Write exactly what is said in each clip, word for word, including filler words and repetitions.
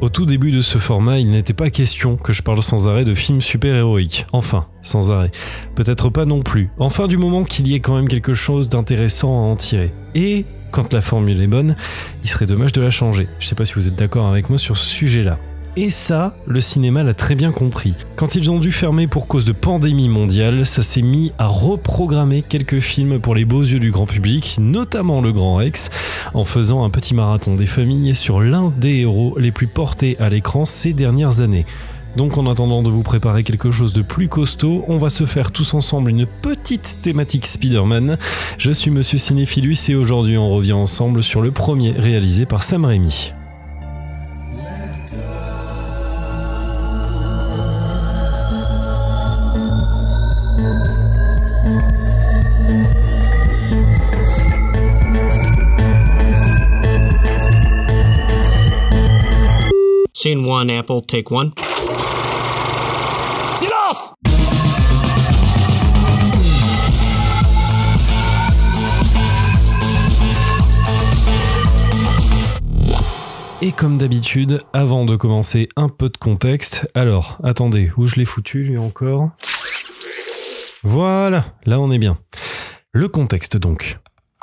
Au tout début de ce format, il n'était pas question que je parle sans arrêt de films super-héroïques. Enfin, sans arrêt. Peut-être pas non plus. Enfin, du moment qu'il y ait quand même quelque chose d'intéressant à en tirer. Et quand la formule est bonne, il serait dommage de la changer. Je sais pas si vous êtes d'accord avec moi sur ce sujet-là. Et ça, le cinéma l'a très bien compris. Quand ils ont dû fermer pour cause de pandémie mondiale, ça s'est mis à reprogrammer quelques films pour les beaux yeux du grand public, notamment Le Grand Rex, en faisant un petit marathon des familles sur l'un des héros les plus portés à l'écran ces dernières années. Donc en attendant de vous préparer quelque chose de plus costaud, on va se faire tous ensemble une petite thématique Spider-Man. Je suis Monsieur Cinéphilus et aujourd'hui on revient ensemble sur le premier réalisé par Sam Raimi. Scene one, Apple, take one. Silence! Et comme d'habitude, avant de commencer, un peu de contexte. Alors, attendez, où je l'ai foutu lui encore ? Voilà, là on est bien. Le contexte donc.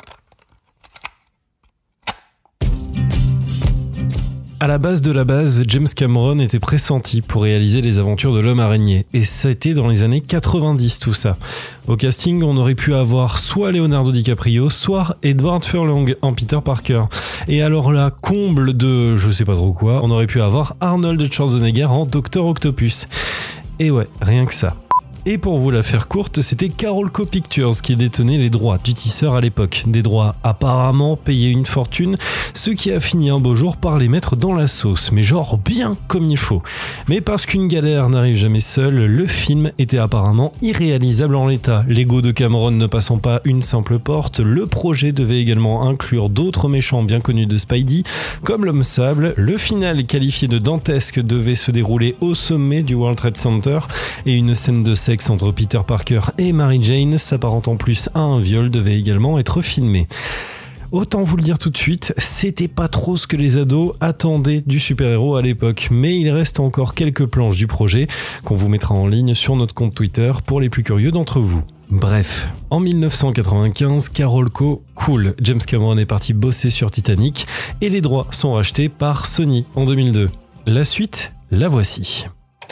À la base de la base, James Cameron était pressenti pour réaliser les aventures de l'homme araignée, et ça a été dans les années quatre-vingt-dix tout ça. Au casting, on aurait pu avoir soit Leonardo DiCaprio, soit Edward Furlong en Peter Parker. Et alors là, comble de je sais pas trop quoi, on aurait pu avoir Arnold Schwarzenegger en Docteur Octopus. Et ouais, rien que ça. Et pour vous la faire courte, c'était Carolco Pictures qui détenait les droits du tisseur à l'époque. Des droits apparemment payés une fortune, ce qui a fini un beau jour par les mettre dans la sauce, mais genre bien comme il faut. Mais parce qu'une galère n'arrive jamais seule, le film était apparemment irréalisable en l'état. L'ego de Cameron ne passant pas une simple porte, le projet devait également inclure d'autres méchants bien connus de Spidey, comme l'Homme Sable. Le final qualifié de dantesque devait se dérouler au sommet du World Trade Center, et une scène de sexe entre Peter Parker et Mary Jane, s'apparentant plus à un viol, devait également être filmé. Autant vous le dire tout de suite, c'était pas trop ce que les ados attendaient du super-héros à l'époque, mais il reste encore quelques planches du projet qu'on vous mettra en ligne sur notre compte Twitter pour les plus curieux d'entre vous. Bref, en dix-neuf cent quatre-vingt-quinze, Carolco cool. James Cameron est parti bosser sur Titanic et les droits sont rachetés par Sony en deux mille deux. La suite, la voici.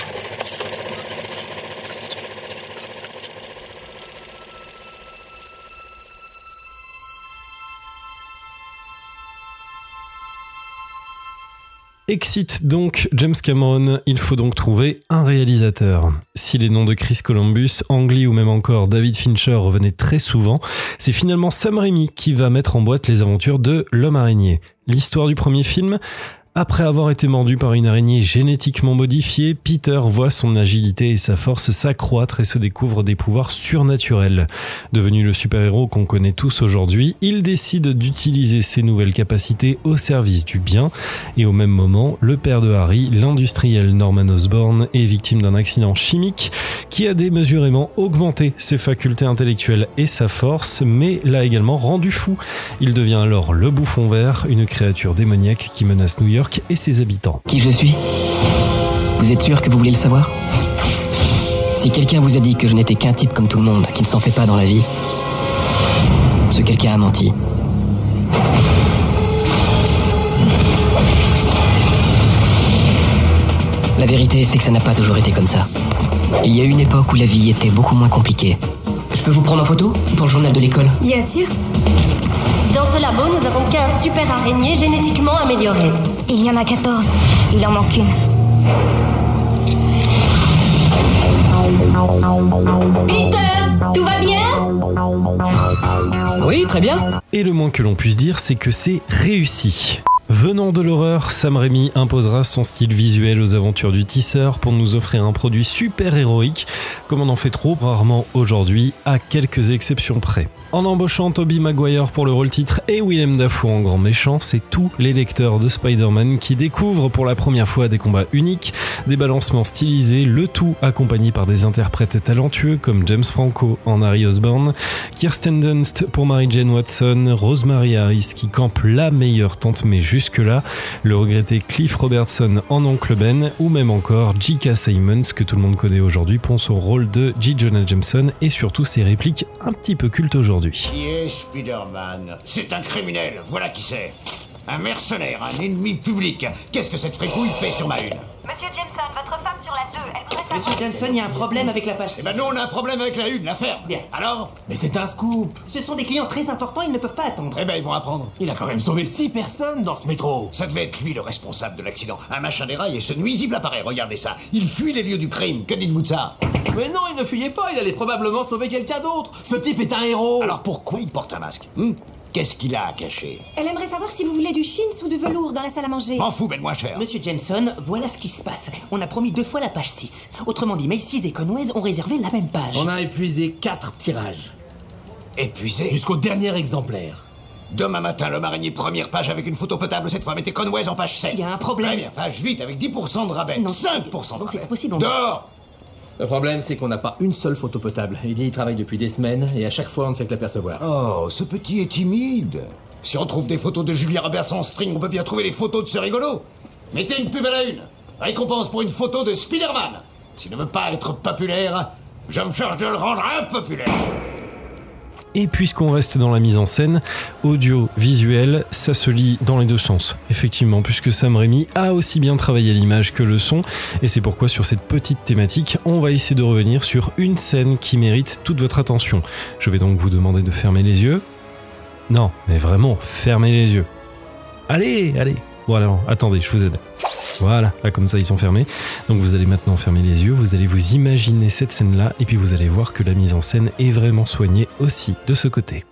Excite donc James Cameron, il faut donc trouver un réalisateur. Si les noms de Chris Columbus, Ang Lee ou même encore David Fincher revenaient très souvent, c'est finalement Sam Raimi qui va mettre en boîte les aventures de l'homme araignée. L'histoire du premier film ? Après avoir été mordu par une araignée génétiquement modifiée, Peter voit son agilité et sa force s'accroître et se découvre des pouvoirs surnaturels. Devenu le super-héros qu'on connaît tous aujourd'hui, il décide d'utiliser ses nouvelles capacités au service du bien. Et au même moment, le père de Harry, l'industriel Norman Osborn, est victime d'un accident chimique qui a démesurément augmenté ses facultés intellectuelles et sa force, mais l'a également rendu fou. Il devient alors le Bouffon Vert, une créature démoniaque qui menace New York et ses habitants. Qui je suis ? Vous êtes sûr que vous voulez le savoir ? Si quelqu'un vous a dit que je n'étais qu'un type comme tout le monde, qui ne s'en fait pas dans la vie, ce quelqu'un a menti. La vérité, c'est que ça n'a pas toujours été comme ça. Il y a eu une époque où la vie était beaucoup moins compliquée. Je peux vous prendre en photo pour le journal de l'école ? Bien sûr. Dans ce labo, nous avons quinze super araignées génétiquement améliorées. Il y en a quatorze. Il en manque une. Peter, tout va bien ? Oui, très bien. Et le moins que l'on puisse dire, c'est que c'est réussi. Venant de l'horreur, Sam Raimi imposera son style visuel aux aventures du tisseur pour nous offrir un produit super héroïque, comme on en fait trop rarement aujourd'hui, à quelques exceptions près. En embauchant Tobey Maguire pour le rôle titre et Willem Dafoe en grand méchant, c'est tous les lecteurs de Spider-Man qui découvrent pour la première fois des combats uniques, des balancements stylisés, le tout accompagné par des interprètes talentueux comme James Franco en Harry Osborn, Kirsten Dunst pour Mary Jane Watson, Rosemary Harris qui campe la meilleure tante May jusque-là, le regretté Cliff Robertson en Oncle Ben, ou même encore J K. Simmons, que tout le monde connaît aujourd'hui pour son rôle de J. Jonah Jameson et surtout ses répliques un petit peu cultes aujourd'hui. Qui est Spider-Man? C'est un criminel, voilà qui c'est. Un mercenaire, un ennemi public. Qu'est-ce que cette fripouille fait sur ma une? Monsieur Jameson, votre femme sur la deux, elle voudrait savoir... Monsieur Jameson, il y a un problème avec la page six. Eh ben nous, on a un problème avec la une, la ferme. Bien. Alors? Mais c'est un scoop. Ce sont des clients très importants, ils ne peuvent pas attendre. Eh ben ils vont apprendre. Il a quand même sauvé six personnes dans ce métro. Ça devait être lui le responsable de l'accident. Un machin déraille et ce nuisible apparaît, regardez ça. Il fuit les lieux du crime, que dites-vous de ça? Mais non, il ne fuyait pas, il allait probablement sauver quelqu'un d'autre. Ce type est un héros. Alors pourquoi il porte un masque hmm? Qu'est-ce qu'il a à cacher? Elle aimerait savoir si vous voulez du chintz ou du velours dans la salle à manger. M'en fous, ben moins cher. Monsieur Jameson, voilà ce qui se passe. On a promis deux fois la page six. Autrement dit, Macy's et Conway's ont réservé la même page. On a épuisé quatre tirages. Épuisé? Jusqu'au dernier exemplaire. Demain matin, l'homme araignée, première page avec une photo potable cette fois. Mettez Conway's en page sept. Il y a un problème. Très bien, page huit avec dix pour cent de rabais. Non, cinq pour cent de non, rabais. c'est impossible. On... Dehors! Le problème, c'est qu'on n'a pas une seule photo potable. Il y travaille depuis des semaines et à chaque fois, on ne fait que l'apercevoir. Oh, ce petit est timide. Si on trouve des photos de Julia Roberts en string, on peut bien trouver les photos de ce rigolo. Mettez une pub à la une. Récompense pour une photo de Spider-Man. S'il ne veut pas être populaire, je me charge de le rendre impopulaire. Et puisqu'on reste dans la mise en scène, audio-visuel, ça se lit dans les deux sens. Effectivement, puisque Sam Raimi a aussi bien travaillé l'image que le son, et c'est pourquoi sur cette petite thématique, on va essayer de revenir sur une scène qui mérite toute votre attention. Je vais donc vous demander de fermer les yeux. Non, mais vraiment, fermez les yeux. Allez, allez. Voilà, attendez, je vous aide. Voilà, là comme ça ils sont fermés. Donc vous allez maintenant fermer les yeux, vous allez vous imaginer cette scène-là, et puis vous allez voir que la mise en scène est vraiment soignée aussi de ce côté.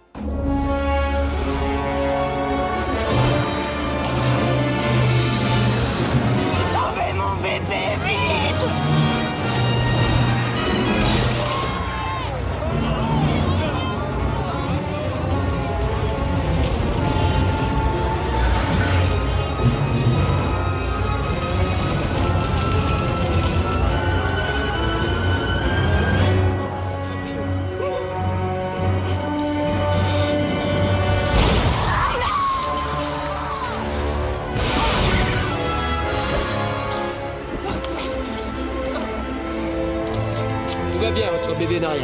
Sauvez mon bébé, vite! Tout va bien, votre bébé n'a rien.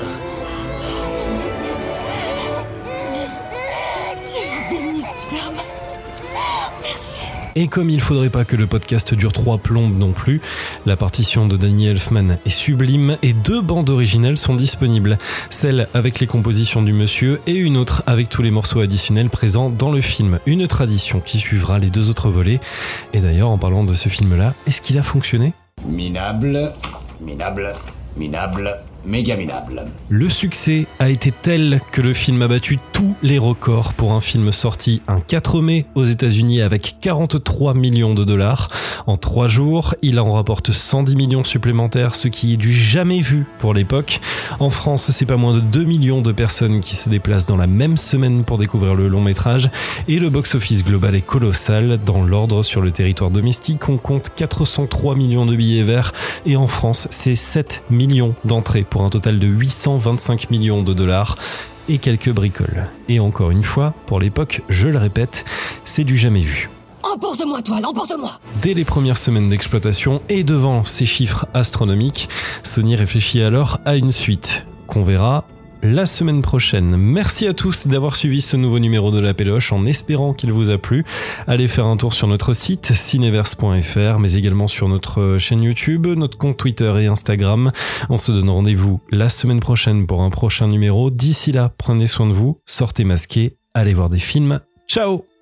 Dieu vous bénisse, Spider-Man. Merci. Et comme il faudrait pas que le podcast dure trois plombes non plus, la partition de Danny Elfman est sublime et deux bandes originales sont disponibles. Celle avec les compositions du monsieur et une autre avec tous les morceaux additionnels présents dans le film. Une tradition qui suivra les deux autres volets. Et d'ailleurs, en parlant de ce film-là, est-ce qu'il a fonctionné ? Minable, minable, minable, méga minable. Le succès a été tel que le film a battu tous les records pour un film sorti un quatre mai aux États-Unis avec quarante-trois millions de dollars. En trois jours, il en rapporte cent dix millions supplémentaires, ce qui est du jamais vu pour l'époque. En France, c'est pas moins de deux millions de personnes qui se déplacent dans la même semaine pour découvrir le long métrage. Et le box-office global est colossal. Dans l'ordre, sur le territoire domestique, on compte quatre cent trois millions de billets verts. Et en France, c'est sept millions d'entrées pour un total de huit cent vingt-cinq millions de dollars et quelques bricoles. Et encore une fois, pour l'époque, je le répète, c'est du jamais vu. Emporte-moi, toile, emporte-moi. Dès les premières semaines d'exploitation et devant ces chiffres astronomiques, Sony réfléchit alors à une suite qu'on verra la semaine prochaine. Merci à tous d'avoir suivi ce nouveau numéro de La Péloche en espérant qu'il vous a plu. Allez faire un tour sur notre site cineverse point f r mais également sur notre chaîne YouTube, notre compte Twitter et Instagram. On se donne rendez-vous la semaine prochaine pour un prochain numéro. D'ici là, prenez soin de vous, sortez masqués, allez voir des films. Ciao!